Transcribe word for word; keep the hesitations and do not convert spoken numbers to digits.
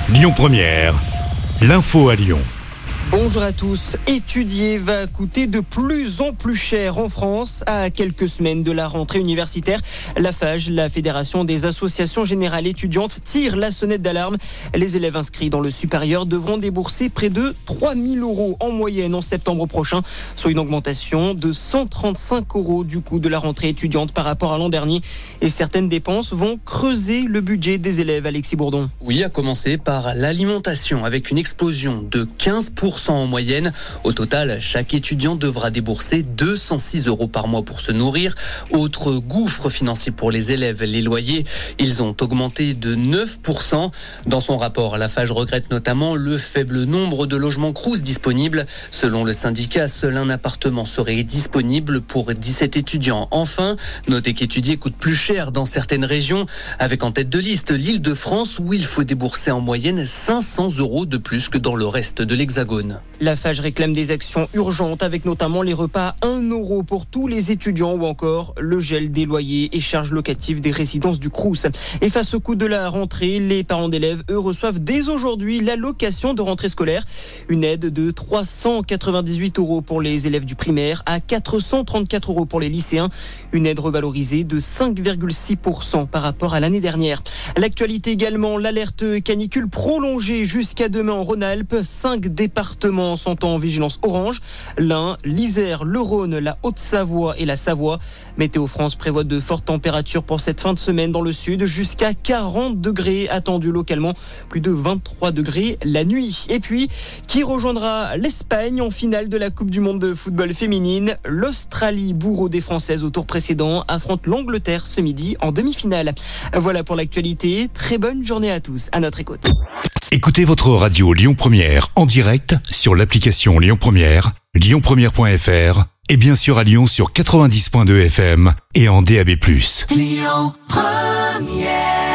Lyon Première, l'info à Lyon. Bonjour à tous. Étudier va coûter de plus en plus cher en France. À quelques semaines de la rentrée universitaire, la FAGE, la Fédération des associations générales étudiantes, tire la sonnette d'alarme. Les élèves inscrits dans le supérieur devront débourser près de trois mille euros en moyenne en septembre prochain, soit une augmentation de cent trente-cinq euros du coût de la rentrée étudiante par rapport à l'an dernier. Et certaines dépenses vont creuser le budget des élèves. Alexis Bourdon. Oui, à commencer par l'alimentation, avec une explosion de quinze pour cent en moyenne. Au total, chaque étudiant devra débourser deux cent six euros par mois pour se nourrir. Autre gouffre financier pour les élèves, les loyers. Ils ont augmenté de neuf pour cent. Dans son rapport, la FAGE regrette notamment le faible nombre de logements Crous disponibles. Selon le syndicat, seul un appartement serait disponible pour dix-sept étudiants. Enfin, notez qu'étudier coûte plus cher dans certaines régions, avec en tête de liste l'Île-de-France où il faut débourser en moyenne cinq cents euros de plus que dans le reste de l'Hexagone. La FAGE réclame des actions urgentes avec notamment les repas à un euro pour tous les étudiants ou encore le gel des loyers et charges locatives des résidences du Crous. Et face au coût de la rentrée, les parents d'élèves, eux, reçoivent dès aujourd'hui l'allocation de rentrée scolaire. Une aide de trois cent quatre-vingt-dix-huit euros pour les élèves du primaire à quatre cent trente-quatre euros pour les lycéens. Une aide revalorisée de cinq virgule six pour cent par rapport à l'année dernière. L'actualité également, l'alerte canicule prolongée jusqu'à demain en Rhône-Alpes. Cinq départements sont en vigilance orange. L'Ain, l'Isère, le Rhône, la Haute-Savoie et la Savoie. Météo France prévoit de fortes températures pour cette fin de semaine dans le sud, jusqu'à quarante degrés attendus localement, plus de vingt-trois degrés la nuit. Et puis, qui rejoindra l'Espagne en finale de la Coupe du Monde de football féminine? L'Australie, bourreau des Françaises au tour précédent, affronte l'Angleterre ce midi en demi-finale. Voilà pour l'actualité. Très bonne journée à tous. À notre écoute. Écoutez votre radio Lyon Première en direct sur l'application Lyon Première, lyon première point f r et bien sûr à Lyon sur quatre-vingt-dix virgule deux F M et en D A B plus. Lyon Première.